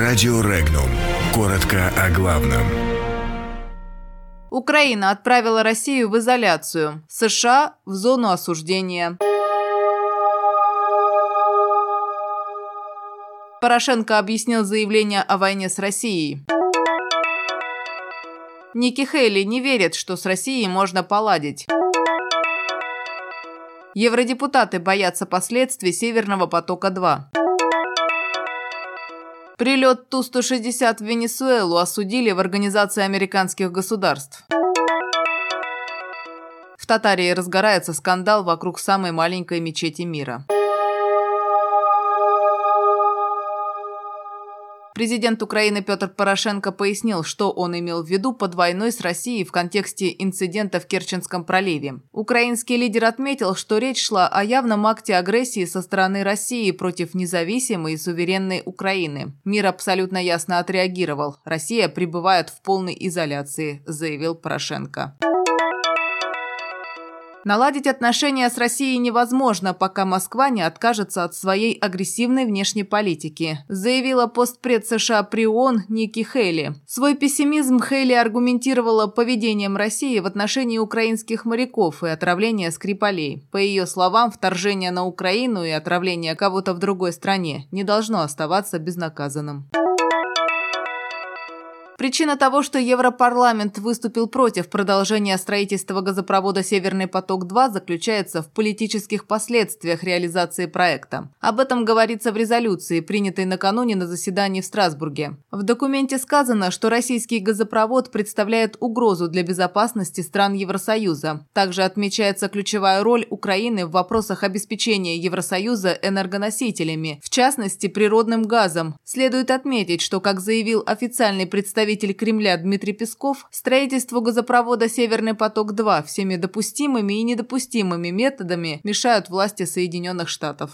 Радио Регнум. Коротко о главном. Украина отправила Россию в изоляцию, США в зону осуждения. Порошенко объяснил заявление о войне с Россией. Ники Хейли не верит, что с Россией можно поладить. Евродепутаты боятся последствий Северного потока-2. Прилет Ту-160 в Венесуэлу осудили в Организации американских государств. В Татарии разгорается скандал вокруг самой маленькой мечети мира. Президент Украины Петр Порошенко пояснил, что он имел в виду под войной с Россией в контексте инцидента в Керченском проливе. Украинский лидер отметил, что речь шла о явном акте агрессии со стороны России против независимой и суверенной Украины. Мир абсолютно ясно отреагировал. Россия пребывает в полной изоляции, заявил Порошенко. Наладить отношения с Россией невозможно, пока Москва не откажется от своей агрессивной внешней политики, заявила постпред США при ООН Ники Хейли. Свой пессимизм Хейли аргументировала поведением России в отношении украинских моряков и отравления Скрипалей. По ее словам, вторжение на Украину и отравление кого-то в другой стране не должно оставаться безнаказанным. Причина того, что Европарламент выступил против продолжения строительства газопровода «Северный поток-2», заключается в политических последствиях реализации проекта. Об этом говорится в резолюции, принятой накануне на заседании в Страсбурге. В документе сказано, что российский газопровод представляет угрозу для безопасности стран Евросоюза. Также отмечается ключевая роль Украины в вопросах обеспечения Евросоюза энергоносителями, в частности природным газом. Следует отметить, что, как заявил официальный представитель Кремля Дмитрий Песков, строительству газопровода «Северный поток-2» всеми допустимыми и недопустимыми методами мешают власти Соединенных Штатов.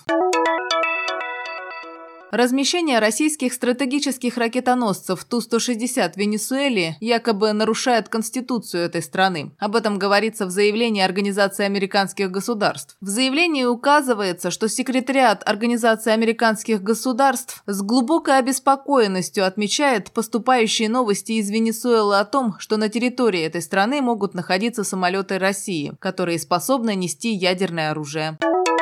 Размещение российских стратегических ракетоносцев Ту-160 в Венесуэле якобы нарушает Конституцию этой страны. Об этом говорится в заявлении Организации американских государств. В заявлении указывается, что секретариат Организации американских государств с глубокой обеспокоенностью отмечает поступающие новости из Венесуэлы о том, что на территории этой страны могут находиться самолеты России, которые способны нести ядерное оружие.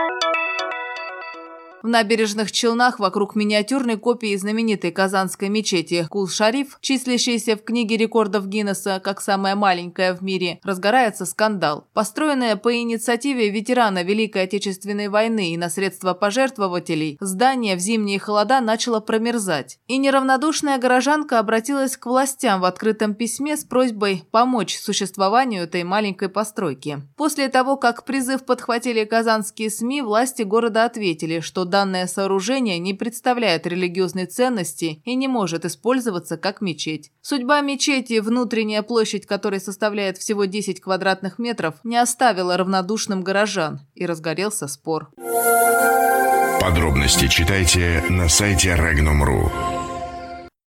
В набережных Челнах вокруг миниатюрной копии знаменитой казанской мечети Кул-Шариф, числящейся в книге рекордов Гиннесса как самая маленькая в мире, разгорается скандал. Построенное по инициативе ветерана Великой Отечественной войны и на средства пожертвователей, здание в зимние холода начало промерзать. И неравнодушная горожанка обратилась к властям в открытом письме с просьбой помочь существованию этой маленькой постройки. После того, как призыв подхватили казанские СМИ, власти города ответили, что данное сооружение не представляет религиозной ценности и не может использоваться как мечеть. Судьба мечети, внутренняя площадь которой составляет всего 10 квадратных метров, не оставила равнодушным горожан, и разгорелся спор. Подробности читайте на сайте Regnum.ru.